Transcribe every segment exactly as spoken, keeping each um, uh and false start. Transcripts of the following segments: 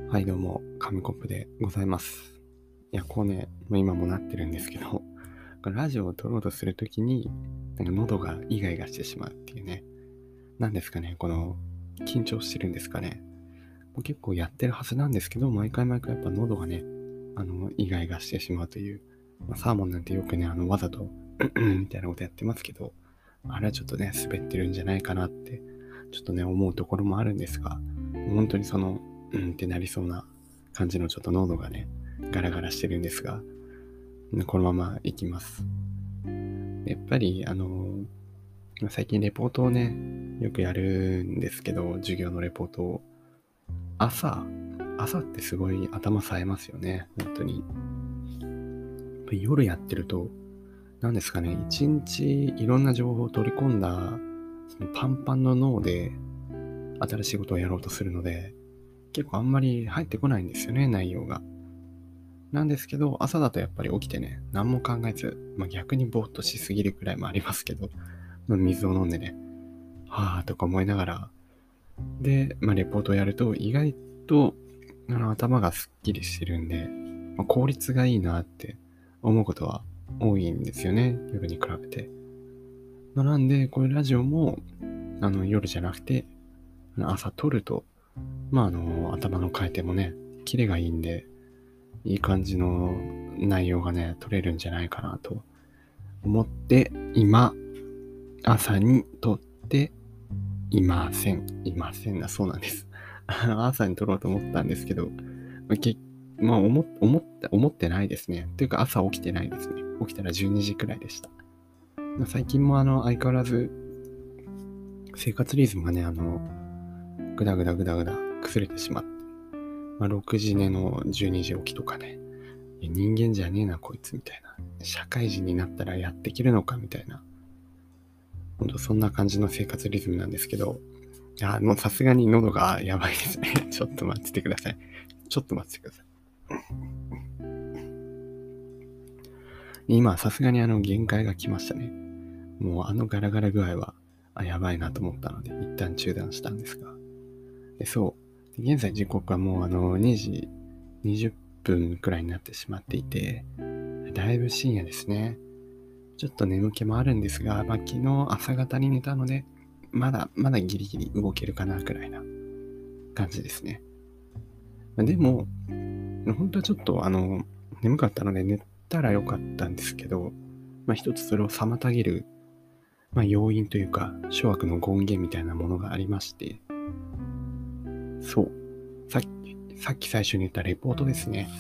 はい、どうも、紙コップでございます。いや、こうね、もう今もなってるんですけど、ラジオを撮ろうとするときに、なんか喉がイガイガしてしまうっていうね。なんですかね、この、緊張してるんですかね。もう結構やってるはずなんですけど、毎回毎回やっぱ喉がね、あの、イガイガしてしまうという、まあ、サーモンなんてよくね、あの、わざと、みたいなことやってますけど、あれはちょっとね、滑ってるんじゃないかなって、ちょっとね、思うところもあるんですが、本当にその、うんってなりそうな感じのちょっと喉がね、ガラガラしてるんですが、このまま行きます。やっぱり、あの、最近レポートをね、よくやるんですけど、授業のレポートを。朝、朝ってすごい頭冴えますよね、本当に。夜やってると、何ですかね、一日いろんな情報を取り込んだ、そのパンパンの脳で新しいことをやろうとするので、結構あんまり入ってこないんですよね、内容が。なんですけど、朝だとやっぱり起きてね、何も考えず、まあ、逆にぼーっとしすぎるくらいもありますけど、水を飲んでね、はぁーとか思いながら、で、まあ、レポートをやると、意外とあの頭がすっきりしてるんで、まあ、効率がいいなって思うことは多いんですよね、夜に比べて。まあ、なんで、こういうラジオも、あの夜じゃなくて、朝撮ると、まあ、あの、頭の回転もね、キレがいいんで、いい感じの内容がね、撮れるんじゃないかなと思って、今、朝に撮っていません。いませんな、そうなんです。朝に撮ろうと思ったんですけど、けまあ思、思って、思ってないですね。というか朝起きてないですね。起きたらじゅうにじくらいでした。最近もあの、相変わらず、生活リズムがね、あの、ぐだぐだぐだぐだ崩れてしまって、まあ、ろくじ寝のじゅうにじ起きとかね、人間じゃねえなこいつみたいな、社会人になったらやっていけるのかみたいな、ほんとそんな感じの生活リズムなんですけど、いやもうさすがに喉がやばいですね。ちょっと待っててください。ちょっと待っててください。今さすがにあの限界が来ましたね。もうあのガラガラ具合はあやばいなと思ったので一旦中断したんですが、でそう現在時刻はもうあのにじにじゅっぷんくらいになってしまっていて、だいぶ深夜ですね。ちょっと眠気もあるんですが、まあ、昨日朝方に寝たので、まだまだギリギリ動けるかなくらいな感じですね。でも、本当はちょっとあの眠かったので寝たらよかったんですけど、まあ、一つそれを妨げる、まあ、要因というか、諸悪の権限みたいなものがありまして、そう、さっき、さっき最初に言ったレポートですね。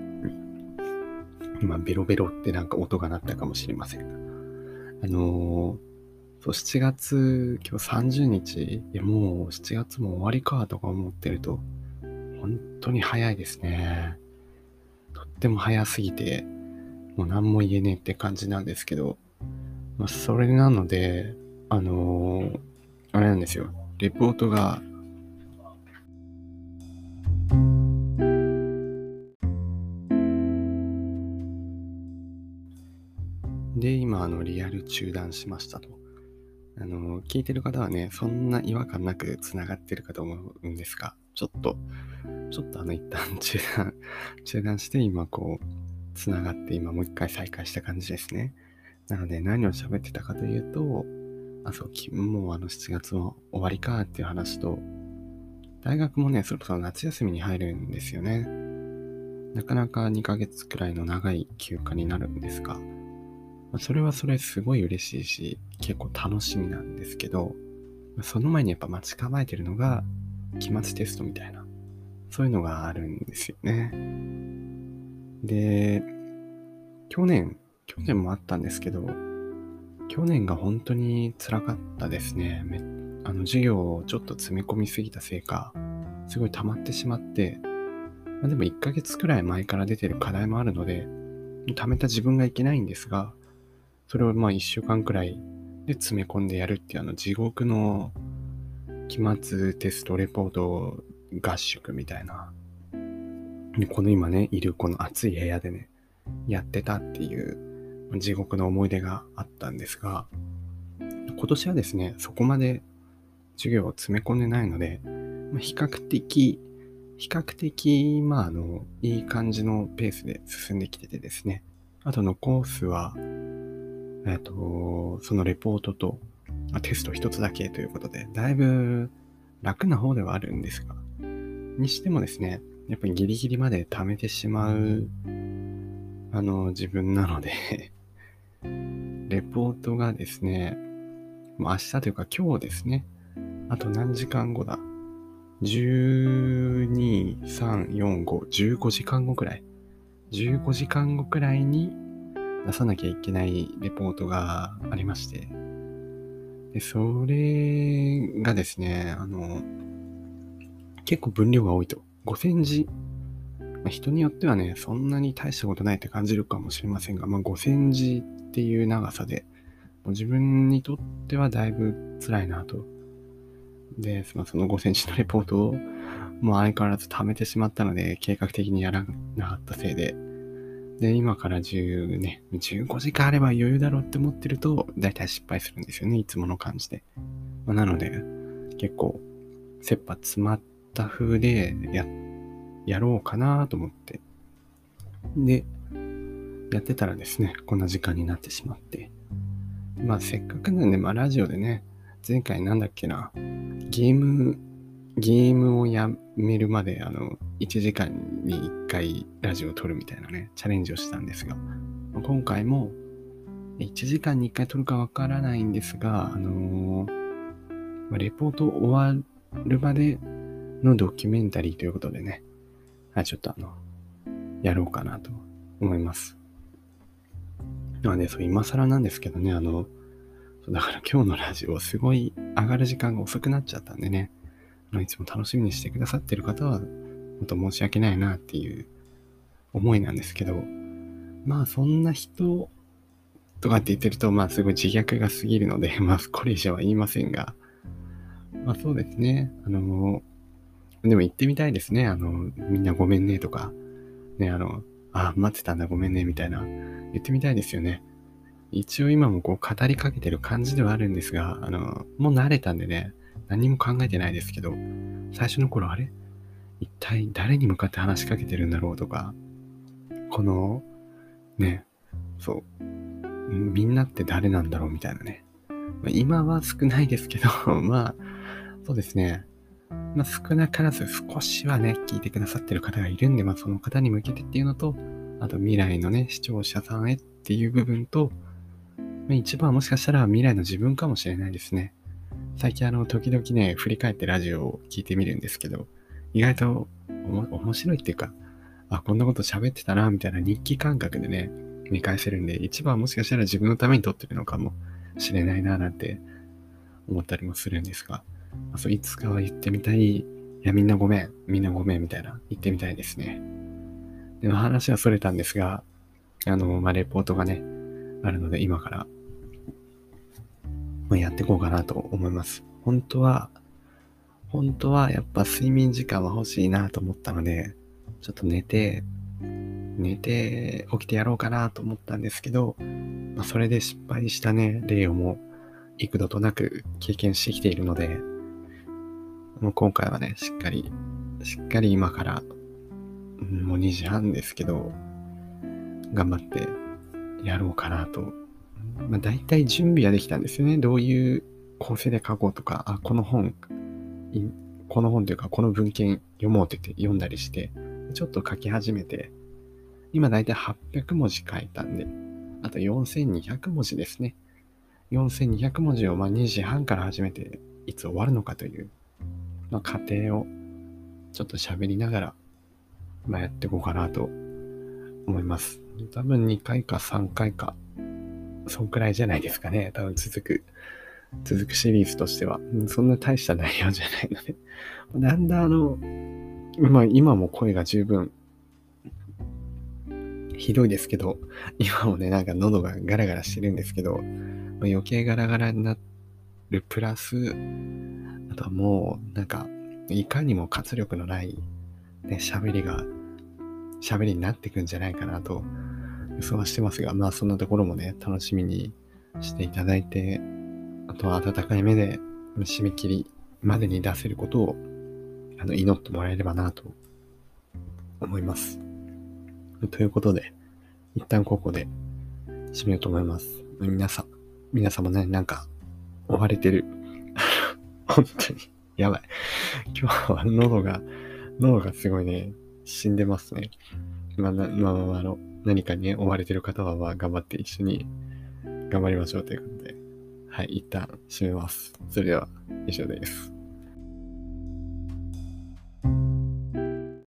今、ベロベロってなんか音が鳴ったかもしれません。あのー、そう、しちがつ、今日さんじゅうにち、いやもうしちがつも終わりかとか思ってると、本当に早いですね。とっても早すぎて、もう何も言えねえって感じなんですけど、まあ、それなので、あのー、あれなんですよ。レポートが、で、今、あの、リアル中断しましたと。あのー、聞いてる方はね、そんな違和感なく繋がってるかと思うんですが、ちょっと、ちょっとあの、一旦中断、中断して、今、こう、繋がって今もう一回再開した感じですね。なので何を喋ってたかというと、あ、そう、もうあのしちがつも終わりかっていう話と、大学もね、そろそろ夏休みに入るんですよね。なかなかにかげつくらいの長い休暇になるんですが、それはそれすごい嬉しいし、結構楽しみなんですけど、その前にやっぱ待ち構えてるのが、期末テストみたいな、そういうのがあるんですよね。で、去年、去年もあったんですけど、去年が本当に辛かったですね。めあの授業をちょっと詰め込みすぎたせいか、すごい溜まってしまって、まあ、でもいっかげつくらい前から出てる課題もあるので、溜めた自分がいけないんですが、それをまあいっしゅうかんくらいで詰め込んでやるっていうあの地獄の期末テストレポート合宿みたいな。この今ね、いるこの暑い部屋でね、やってたっていう地獄の思い出があったんですが、今年はですね、そこまで授業を詰め込んでないので、まあ、比較的比較的、まあ、あの、いい感じのペースで進んできててですね。あと残すは、えっと、そのレポートとテスト一つだけということで、だいぶ楽な方ではあるんですが、にしてもですね、やっぱりギリギリまで貯めてしまう、あの、自分なので、レポートがですね、もう明日というか今日ですね、あと何時間後だじゅうに、さん、よん、ご、じゅうごじかんごくらい。じゅうごじかんごくらいに出さなきゃいけないレポートがありまして。で、それがですね、あの、結構分量が多いと。ごせんじ。まあ、人によってはね、そんなに大したことないって感じるかもしれませんが、まあ、ごせんじっていう長さで、もう自分にとってはだいぶ辛いなと。で、そのごセンチのレポートをもう相変わらず貯めてしまったので、計画的にやらなかったせいで、で、今からじゅうね、じゅうごじかんあれば余裕だろうって思ってると、だいたい失敗するんですよね、いつもの感じで。まあ、なので、結構、切羽詰まった風でや、やろうかなと思って。で、やってたらですね、こんな時間になってしまって。まあ、せっかくなんで、まあ、ラジオでね、前回なんだっけな、ゲーム、ゲームをやめるまで、あの、いちじかんにいっかいラジオを撮るみたいなね、チャレンジをしたんですが、今回もいちじかんにいっかい撮るかわからないんですが、あのー、レポート終わるまでのドキュメンタリーということでね、はい、ちょっとあの、やろうかなと思います。まあね、そう、今更なんですけどね、あの、だから今日のラジオすごい上がる時間が遅くなっちゃったんでね、いつも楽しみにしてくださってる方は、本当申し訳ないなっていう思いなんですけど、まあそんな人とかって言ってると、まあすごい自虐が過ぎるので、まあこれ以上は言いませんが、まあそうですね、あの、でも言ってみたいですね、あの、みんなごめんねとか、ね、あの、あ、待ってたんだごめんねみたいな、言ってみたいですよね。一応今もこう語りかけてる感じではあるんですが、あの、もう慣れたんでね、何も考えてないですけど、最初の頃あれ一体誰に向かって話しかけてるんだろうとか、この、ね、そう、みんなって誰なんだろうみたいなね。今は少ないですけど、まあ、そうですね。まあ少なからず少しはね、聞いてくださってる方がいるんで、まあその方に向けてっていうのと、あと未来のね、視聴者さんへっていう部分と、まあ、一番はもしかしたら未来の自分かもしれないですね。最近あの、時々ね、振り返ってラジオを聞いてみるんですけど、意外と面白いっていうか、あ、こんなこと喋ってたな、みたいな日記感覚でね、見返せるんで、一番はもしかしたら自分のために撮ってるのかもしれないな、なんて思ったりもするんですが、まあ、そういつかは言ってみたい、いや、みんなごめん、みんなごめん、みたいな、言ってみたいですね。でも話はそれたんですが、あの、まあ、レポートがね、あるので、今から、まあ、やっていこうかなと思います。本当は、本当はやっぱ睡眠時間は欲しいなと思ったので、ちょっと寝て、寝て起きてやろうかなと思ったんですけど、まあ、それで失敗したね、例をもう幾度となく経験してきているので、もう今回はね、しっかり、しっかり今から、もうにじはんですけど、頑張ってやろうかなと。まあ、大体準備はできたんですよね。どういう構成で書こうとか、あ、この本、この本というか、この文献読もうって言って読んだりして、ちょっと書き始めて、今だいたいはっぴゃくもじ書いたんで、あとよんせんにひゃくもじですね。よんせんにひゃくもじをまあにじはんから始めて、いつ終わるのかという、まあ、過程をちょっと喋りながら、まあ、やっていこうかなと思います。多分にかいかさんかいか、そんくらいじゃないですかね。多分続く、続くシリーズとしては。そんな大した内容じゃないので。だんだんあの、まあ今も声が十分ひどいですけど、今もね、なんか喉がガラガラしてるんですけど、まあ、余計ガラガラになるプラス、あとはもう、なんか、いかにも活力のない、ね、喋りが、喋りになってくんじゃないかなと予想はしてますが、まあそんなところもね、楽しみにしていただいて、あとは温かい目で締め切りまでに出せることを、あの、祈ってもらえればなと思います。ということで、一旦ここで締めようと思います。皆さん、皆さんもね、なんか追われてる。本当に、やばい。今日は喉が、喉がすごいね、死んでますね。まあ、まあまあまあ、あの、何かにね、追われてる方は、まあ、頑張って一緒に頑張りましょうということで、はい、一旦締めます。それでは、以上です。